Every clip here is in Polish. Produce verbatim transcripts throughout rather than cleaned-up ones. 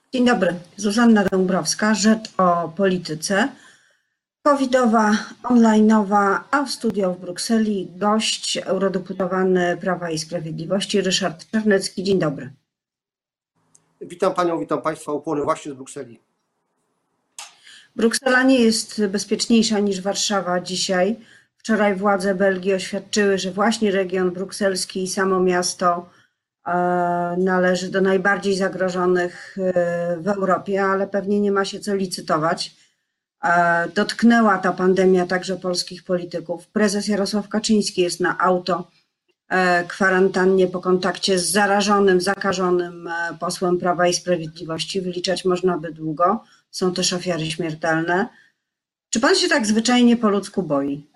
Dzień dobry, Zuzanna Dąbrowska, Rzecz o Polityce. Covidowa, online'owa, a w studio w Brukseli gość, eurodeputowany Prawa i Sprawiedliwości Ryszard Czarnecki. Dzień dobry. Witam Panią, witam Państwa, ukłony właśnie z Brukseli. Bruksela nie jest bezpieczniejsza niż Warszawa dzisiaj. Wczoraj władze Belgii oświadczyły, że właśnie region brukselski i samo miasto należy do najbardziej zagrożonych w Europie, ale pewnie nie ma się co licytować. Dotknęła ta pandemia także polskich polityków. Prezes Jarosław Kaczyński jest na auto kwarantannie po kontakcie z zarażonym, zakażonym posłem Prawa i Sprawiedliwości. Wyliczać można by długo. Są też ofiary śmiertelne. Czy pan się tak zwyczajnie po ludzku boi?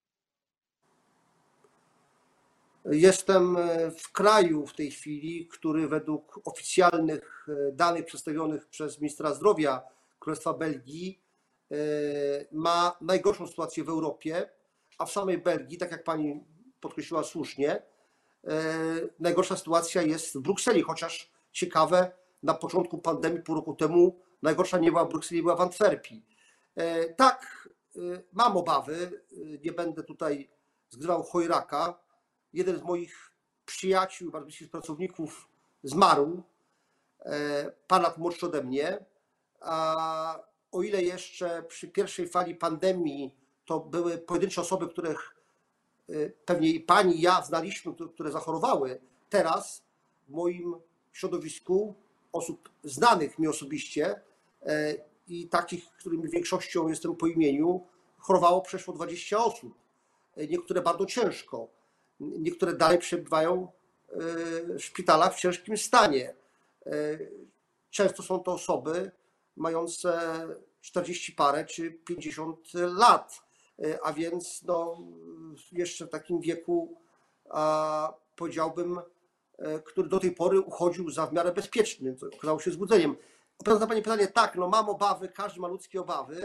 Jestem w kraju w tej chwili, który według oficjalnych danych przedstawionych przez ministra zdrowia Królestwa Belgii ma najgorszą sytuację w Europie, a w samej Belgii, tak jak pani podkreśliła słusznie, najgorsza sytuacja jest w Brukseli, chociaż ciekawe, na początku pandemii pół roku temu najgorsza nie była w Brukseli, była w Antwerpii. Tak, mam obawy, nie będę tutaj zgrywał chojraka. Jeden z moich przyjaciół, bardzo bliskich pracowników zmarł, parę lat młodszy ode mnie, a o ile jeszcze przy pierwszej fali pandemii to były pojedyncze osoby, których pewnie i pani, i ja znaliśmy, które zachorowały, teraz w moim środowisku osób znanych mi osobiście i takich, którymi większością jestem po imieniu, chorowało przeszło dwadzieścia osób. Niektóre bardzo ciężko. Niektóre dalej przebywają w szpitalach w ciężkim stanie. Często są to osoby mające czterdzieści parę czy pięćdziesiąt lat, a więc no, jeszcze w takim wieku, a powiedziałbym, który do tej pory uchodził za w miarę bezpieczny, co okazało się zbudzeniem. Odpowiadając na Pani pytanie, tak, no mam obawy, każdy ma ludzkie obawy.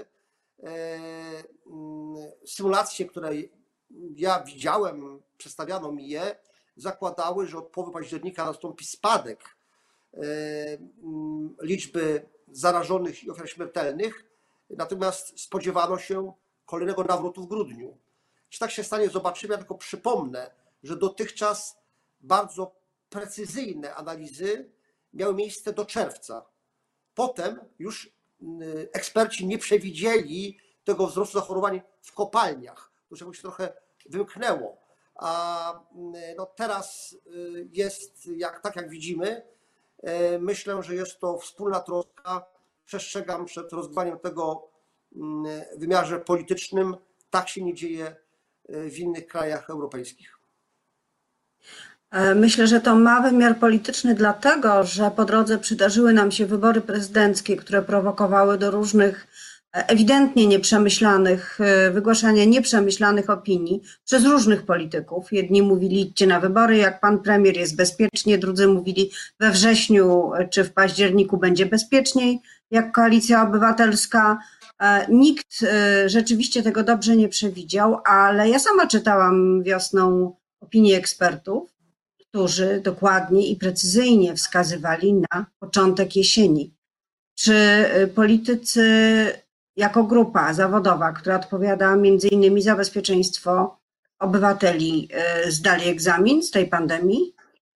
Symulacje, które ja widziałem, przedstawiano mi je, zakładały, że od połowy października nastąpi spadek liczby zarażonych i ofiar śmiertelnych, natomiast spodziewano się kolejnego nawrotu w grudniu. Czy tak się stanie, zobaczymy. Ja tylko przypomnę, że dotychczas bardzo precyzyjne analizy miały miejsce do czerwca. Potem już eksperci nie przewidzieli tego wzrostu zachorowań w kopalniach. To czegoś się trochę wymknęło. A no teraz jest, jak, tak jak widzimy, myślę, że jest to wspólna troska. Przestrzegam przed rozgrywaniem tego w wymiarze politycznym. Tak się nie dzieje w innych krajach europejskich. Myślę, że to ma wymiar polityczny dlatego, że po drodze przydarzyły nam się wybory prezydenckie, które prowokowały do różnych ewidentnie nieprzemyślanych, wygłaszania nieprzemyślanych opinii przez różnych polityków. Jedni mówili, idźcie na wybory, jak pan premier, jest bezpiecznie, drudzy mówili, we wrześniu czy w październiku będzie bezpieczniej, jak Koalicja Obywatelska. Nikt rzeczywiście tego dobrze nie przewidział, ale ja sama czytałam wiosną opinie ekspertów, którzy dokładnie i precyzyjnie wskazywali na początek jesieni. Czy politycy jako grupa zawodowa, która odpowiada między innymi za bezpieczeństwo obywateli, zdali egzamin z tej pandemii?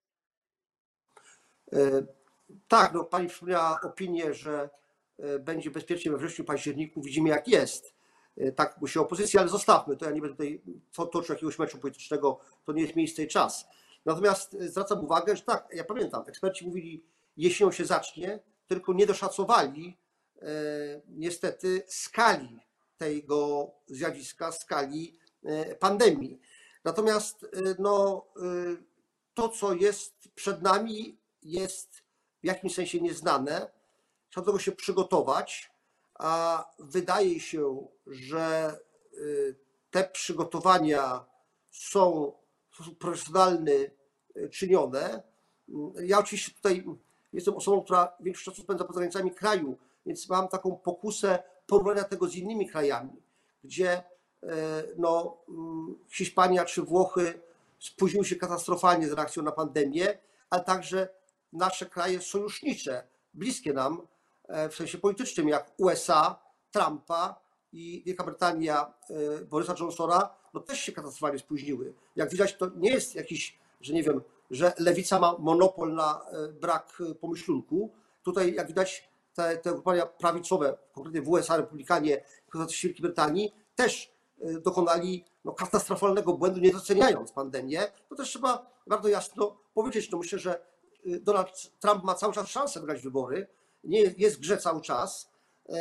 Tak, no pani przypomniała opinię, że będzie bezpiecznie we wrześniu, październiku. Widzimy, jak jest. Tak musi opozycja, ale zostawmy to. Ja nie będę tutaj toczył jakiegoś meczu politycznego, to nie jest miejsce i czas. Natomiast zwracam uwagę, że tak, ja pamiętam, eksperci mówili, jesienią się zacznie, tylko nie doszacowali niestety skali tego zjawiska, skali pandemii. Natomiast no, to, co jest przed nami, jest w jakimś sensie nieznane. Trzeba do tego się przygotować, a wydaje się, że te przygotowania są w sposób profesjonalny czynione. Ja oczywiście tutaj jestem osobą, która większość czasu spędza poza granicami kraju, więc mam taką pokusę porównania tego z innymi krajami, gdzie no, Hiszpania czy Włochy spóźniły się katastrofalnie z reakcją na pandemię, ale także nasze kraje sojusznicze, bliskie nam, w sensie politycznym, jak U S A, Trumpa i Wielka Brytania Borysa Johnsona, no też się katastrofalnie spóźniły. Jak widać, to nie jest jakiś, że nie wiem, że lewica ma monopol na brak pomyślunku. Tutaj, jak widać, te, te ugrupowania prawicowe, konkretnie w U S A, republikanie, w Wielkiej Brytanii, też dokonali no, katastrofalnego błędu, nie doceniając pandemię. To też trzeba bardzo jasno powiedzieć. No, myślę, że Donald Trump ma cały czas szansę wygrać wybory. Nie jest w grze cały czas.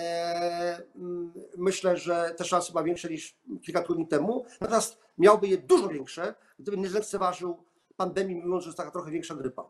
Myślę, że te szanse ma większe niż kilka tygodni temu. Natomiast miałby je dużo większe, gdyby nie zlekceważył pandemii, mimo że jest taka trochę większa grypa.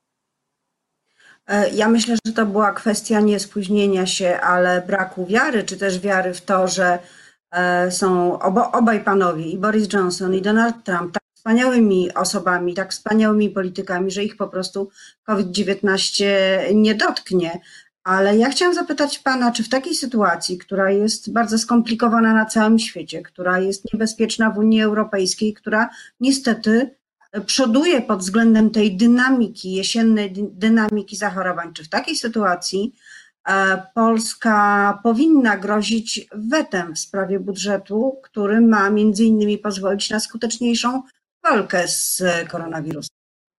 Ja myślę, że to była kwestia nie spóźnienia się, ale braku wiary, czy też wiary w to, że są obo, obaj panowie, i Boris Johnson, i Donald Trump, tak wspaniałymi osobami, tak wspaniałymi politykami, że ich po prostu COVID dziewiętnaście nie dotknie. Ale ja chciałam zapytać pana, czy w takiej sytuacji, która jest bardzo skomplikowana na całym świecie, która jest niebezpieczna w Unii Europejskiej, która niestety przoduje pod względem tej dynamiki, jesiennej dynamiki zachorowań, czy w takiej sytuacji Polska powinna grozić wetem w sprawie budżetu, który ma między innymi pozwolić na skuteczniejszą walkę z koronawirusem?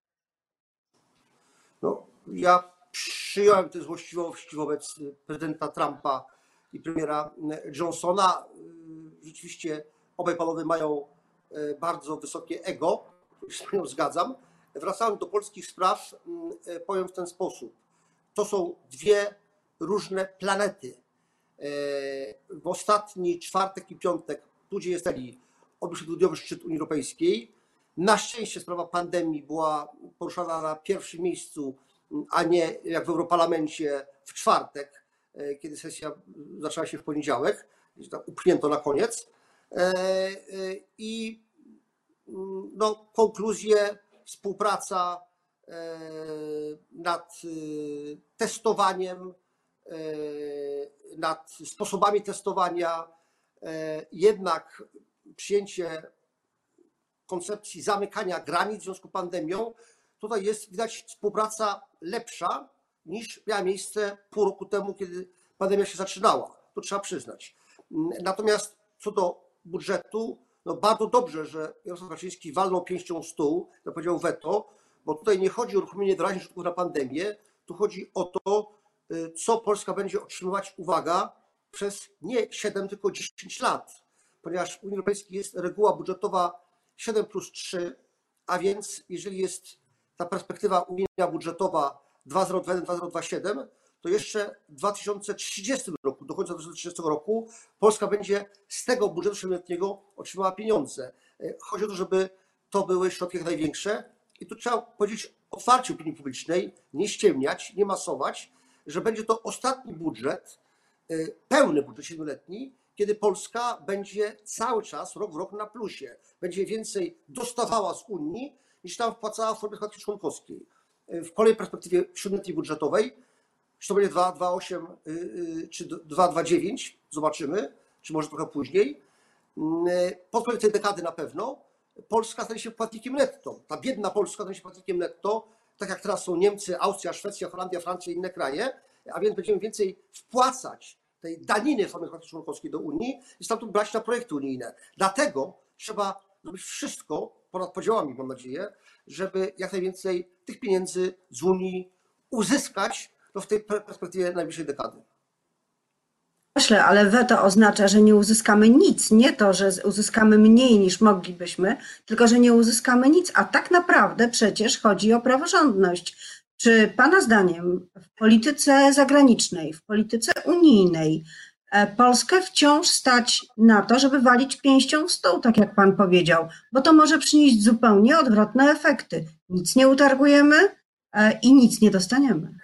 No, ja przyjąłem te złośliwości wobec prezydenta Trumpa i premiera Johnsona. Rzeczywiście obaj panowie mają bardzo wysokie ego, z tym się zgadzam. Wracając do polskich spraw, powiem w ten sposób. To są dwie różne planety. W ostatni czwartek i piątek, tu gdzie jest odbył się dwudniowy szczyt Unii Europejskiej. Na szczęście sprawa pandemii była poruszana na pierwszym miejscu, a nie jak w Europarlamencie w czwartek, kiedy sesja zaczęła się w poniedziałek, upchnięto na koniec. I no, konkluzje, współpraca nad testowaniem, nad sposobami testowania, jednak przyjęcie koncepcji zamykania granic w związku z pandemią. Tutaj jest widać współpraca lepsza niż miała miejsce pół roku temu, kiedy pandemia się zaczynała. To trzeba przyznać. Natomiast co do budżetu, no bardzo dobrze, że Jarosław Kaczyński walnął pięścią w stół, jak powiedział weto, bo tutaj nie chodzi o uruchomienie doraźnych środków na pandemię, tu chodzi o to, co Polska będzie otrzymywać, uwaga, przez nie siedem, tylko dziesięć lat, ponieważ w Unii Europejskiej jest reguła budżetowa siedem plus trzy, a więc jeżeli jest ta perspektywa unijna budżetowa dwa zero dwa jeden do dwa zero dwa siedem, to jeszcze w dwa tysiące trzydziestym roku, do końca dwa tysiące trzydziestego roku, Polska będzie z tego budżetu siedmioletniego otrzymała pieniądze. Chodzi o to, żeby to były środki jak największe i tu trzeba powiedzieć otwarcie opinii publicznej, nie ściemniać, nie masować, że będzie to ostatni budżet, pełny budżet siedmioletni, kiedy Polska będzie cały czas, rok w rok na plusie. Będzie więcej dostawała z Unii, niż tam wpłacała w formie składki członkowskiej. W kolejnej perspektywie siedmioletniej budżetowej, czy to będzie dwa dwa osiem czy dwa dwa dziewięć, zobaczymy, czy może trochę później. Pod koniec tej dekady na pewno Polska stanie się płatnikiem netto. Ta biedna Polska stanie się płatnikiem netto, tak jak teraz są Niemcy, Austria, Szwecja, Holandia, Francja i inne kraje, a więc będziemy więcej wpłacać tej daniny w formie składki członkowskiej do Unii i stamtąd brać na projekty unijne. Dlatego trzeba zrobić wszystko, ponad podziałami mam nadzieję, żeby jak najwięcej tych pieniędzy z Unii uzyskać no w tej perspektywie najbliższej dekady. Myślę, ale weto oznacza, że nie uzyskamy nic. Nie to, że uzyskamy mniej niż moglibyśmy, tylko że nie uzyskamy nic. A tak naprawdę przecież chodzi o praworządność. Czy pana zdaniem w polityce zagranicznej, w polityce unijnej Polskę wciąż stać na to, żeby walić pięścią w stół, tak jak pan powiedział, bo to może przynieść zupełnie odwrotne efekty. Nic nie utargujemy i nic nie dostaniemy.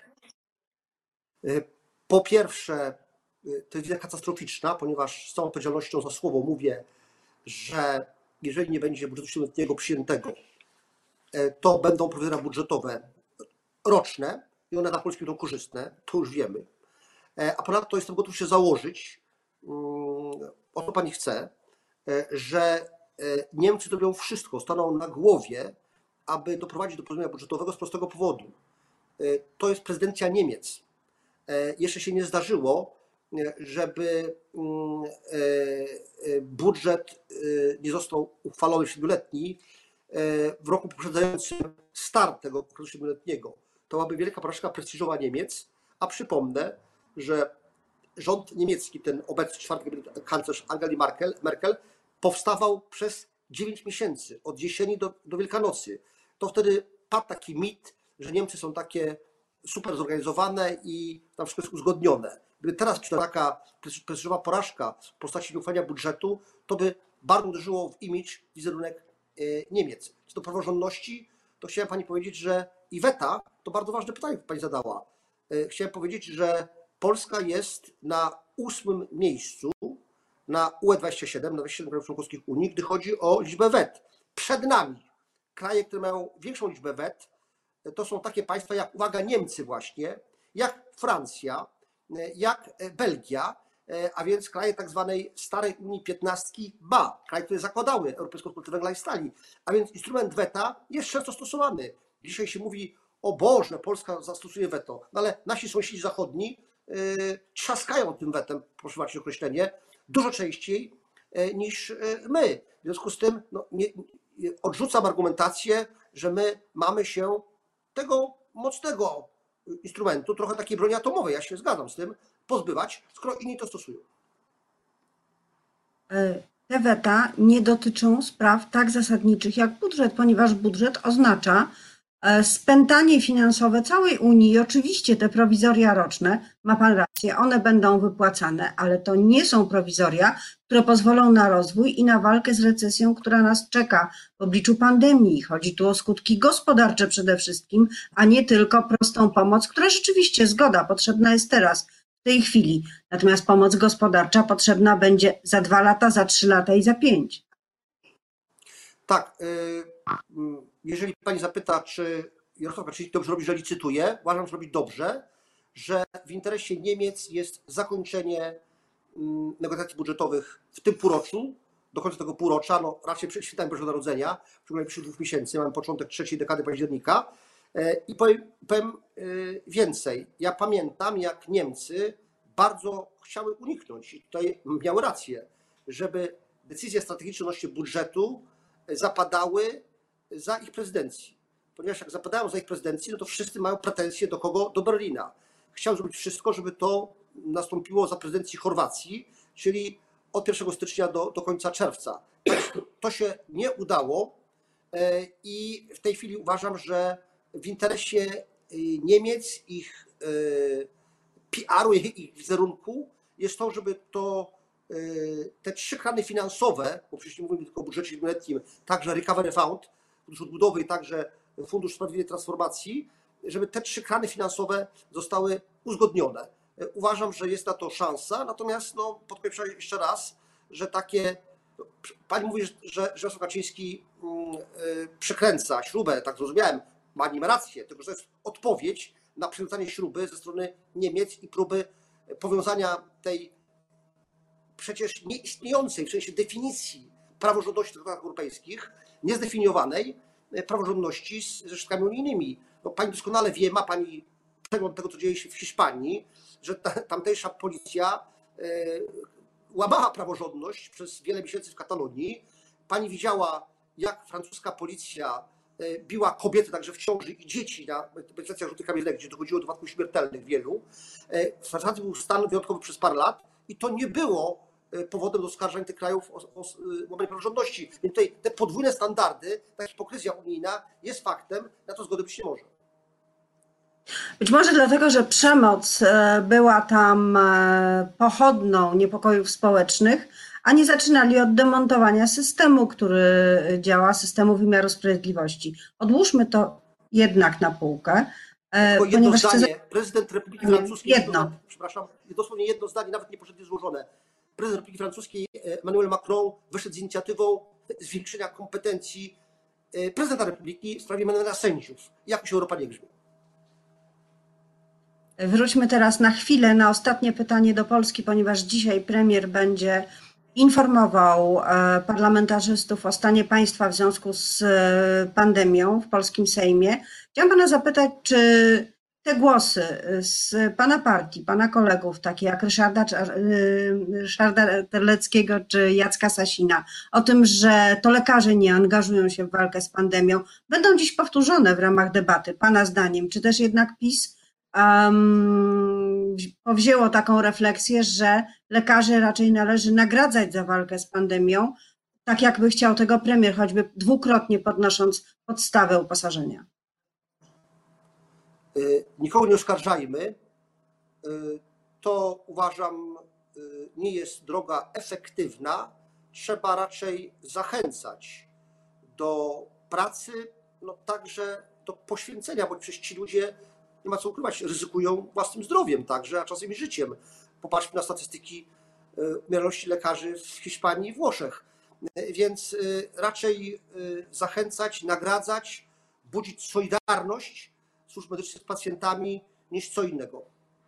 Po pierwsze, to jest katastroficzna, ponieważ z całą odpowiedzialnością za słowo mówię, że jeżeli nie będzie budżetu siedmioletniego przyjętego, to będą prowadzenia budżetowe roczne i one dla Polski będą korzystne, to już wiemy. A ponadto jestem gotów się założyć, o to pani chce, że Niemcy zrobią wszystko, staną na głowie, aby doprowadzić do porozumienia budżetowego z prostego powodu. To jest prezydencja Niemiec. Jeszcze się nie zdarzyło, żeby budżet nie został uchwalony siedmioletni w roku poprzedzającym start tego okresu siedmioletniego. To byłaby wielka porażka prestiżowa Niemiec, a przypomnę, że rząd niemiecki, ten obecny czwarty kanclerz Angeli Merkel, Merkel, powstawał przez dziewięć miesięcy, od jesieni do, do Wielkanocy. To wtedy padł taki mit, że Niemcy są takie super zorganizowane i tam wszystko jest uzgodnione. Gdyby teraz przyszła taka prestiżowa porażka w postaci nieuchwalenia budżetu, to by bardzo uderzyło w imidż, wizerunek Niemiec. Co do praworządności, to chciałem pani powiedzieć, że i weta, to bardzo ważne pytanie pani zadała. Chciałem powiedzieć, że Polska jest na ósmym miejscu na U E dwadzieścia siedem, na dwudziestu siedmiu krajów członkowskich Unii, gdy chodzi o liczbę wet. Przed nami kraje, które mają większą liczbę wet, to są takie państwa jak, uwaga, Niemcy właśnie, jak Francja, jak Belgia, a więc kraje tak zwanej starej Unii piętnastki, ba, kraje, które zakładały Europejską Wspólnotę Węgla i Stali. A więc instrument weta jest często stosowany. Dzisiaj się mówi, o Boże, Polska zastosuje weto, no ale nasi sąsiedzi zachodni yy, trzaskają tym wetem, proszę macie określenie, dużo częściej yy, niż yy, my. W związku z tym no, nie, nie, odrzucam argumentację, że my mamy się tego mocnego instrumentu, trochę takiej broni atomowej, ja się zgadzam z tym, pozbywać, skoro inni to stosują. Te weta nie dotyczą spraw tak zasadniczych jak budżet, ponieważ budżet oznacza spętanie finansowe całej Unii i oczywiście te prowizoria roczne, ma pan rację, one będą wypłacane, ale to nie są prowizoria, które pozwolą na rozwój i na walkę z recesją, która nas czeka w obliczu pandemii. Chodzi tu o skutki gospodarcze przede wszystkim, a nie tylko prostą pomoc, która rzeczywiście, zgoda, potrzebna jest teraz, w tej chwili. Natomiast pomoc gospodarcza potrzebna będzie za dwa lata, za trzy lata i za pięć. Tak. Jeżeli pani zapyta, czy Jarosław Kaczyński dobrze robi, że licytuje, uważam, że robi dobrze, że w interesie Niemiec jest zakończenie negocjacji budżetowych w tym półroczu, do końca tego półrocza, no raczej przed świętami Bożego Narodzenia, w ciągu najbliższych dwóch miesięcy, mamy początek trzeciej dekady października. I powiem, powiem więcej. Ja pamiętam, jak Niemcy bardzo chciały uniknąć, i tutaj miały rację, żeby decyzje strategiczne odnośnie budżetu zapadały za ich prezydencji. Ponieważ jak zapadają za ich prezydencji, no to wszyscy mają pretensje do kogo? Do Berlina. Chciał zrobić wszystko, żeby to nastąpiło za prezydencji Chorwacji, czyli od pierwszego stycznia do, do końca czerwca. To się nie udało i w tej chwili uważam, że w interesie Niemiec, ich P R-u, ich wizerunku jest to, żeby to te trzy krany finansowe, bo przecież nie mówimy tylko o budżecie siedmioletnim, także Recovery Fund, Fundusz Odbudowy i także Fundusz Sprawiedliwej Transformacji, żeby te trzy krany finansowe zostały uzgodnione. Uważam, że jest na to szansa, natomiast no, podkreślam jeszcze raz, że takie, pani mówi, że Jarosław Kaczyński przekręca śrubę, tak zrozumiałem, pani ma rację, tylko że to jest odpowiedź na przekręcanie śruby ze strony Niemiec i próby powiązania tej przecież nieistniejącej w sensie definicji praworządności w traktatach europejskich, niezdefiniowanej praworządności ze środkami unijnymi. No, pani doskonale wie, ma pani przegląd tego, co dzieje się w Hiszpanii, że ta, tamtejsza policja e, łamała praworządność przez wiele miesięcy w Katalonii. Pani widziała, jak francuska policja e, biła kobiety także w ciąży i dzieci na manifestacjach Żółtych Kamizelek, gdzie dochodziło do wypadków śmiertelnych wielu. E, w Francji był stan wyjątkowy przez parę lat i to nie było powodem do oskarżań tych krajów o, o łamanie praworządności. Więc tutaj te podwójne standardy, ta hipokryzja unijna jest faktem, na to zgody być nie może. Być może dlatego, że przemoc była tam pochodną niepokojów społecznych, a nie zaczynali od demontowania systemu, który działa, systemu wymiaru sprawiedliwości. Odłóżmy to jednak na półkę. Tylko jedno zdanie. Chcę... Prezydent Republiki Francuskiej, jedno. przepraszam, dosłownie jedno zdanie, nawet nie poszedł złożone. Prezydent Republiki Francuskiej Emmanuel Macron wyszedł z inicjatywą zwiększenia kompetencji prezydenta Republiki w sprawie mianowania sędziów. Jakoś Europa nie grzmi. Wróćmy teraz na chwilę na ostatnie pytanie do Polski, ponieważ dzisiaj premier będzie informował parlamentarzystów o stanie państwa w związku z pandemią w polskim Sejmie. Chciałam pana zapytać, czy te głosy z pana partii, pana kolegów, takie jak Ryszarda, Ryszarda Terleckiego czy Jacka Sasina, o tym, że to lekarze nie angażują się w walkę z pandemią, będą dziś powtórzone w ramach debaty, pana zdaniem, czy też jednak PiS um, powzięło taką refleksję, że lekarzy raczej należy nagradzać za walkę z pandemią, tak jakby chciał tego premier, choćby dwukrotnie podnosząc podstawę uposażenia. Nikogo nie oskarżajmy. To uważam nie jest droga efektywna. Trzeba raczej zachęcać do pracy, no także do poświęcenia, bo przecież ci ludzie, nie ma co ukrywać, ryzykują własnym zdrowiem także, a czasem i życiem. Popatrzmy na statystyki umieralności lekarzy w Hiszpanii i Włoszech. Więc raczej zachęcać, nagradzać, budzić solidarność służb medycznych z pacjentami niż co innego.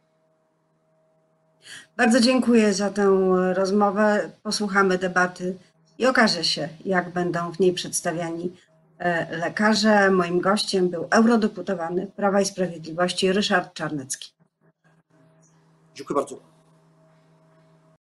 Bardzo dziękuję za tę rozmowę. Posłuchamy debaty i okaże się, jak będą w niej przedstawiani lekarze. Moim gościem był eurodeputowany Prawa i Sprawiedliwości Ryszard Czarnecki. Dziękuję bardzo.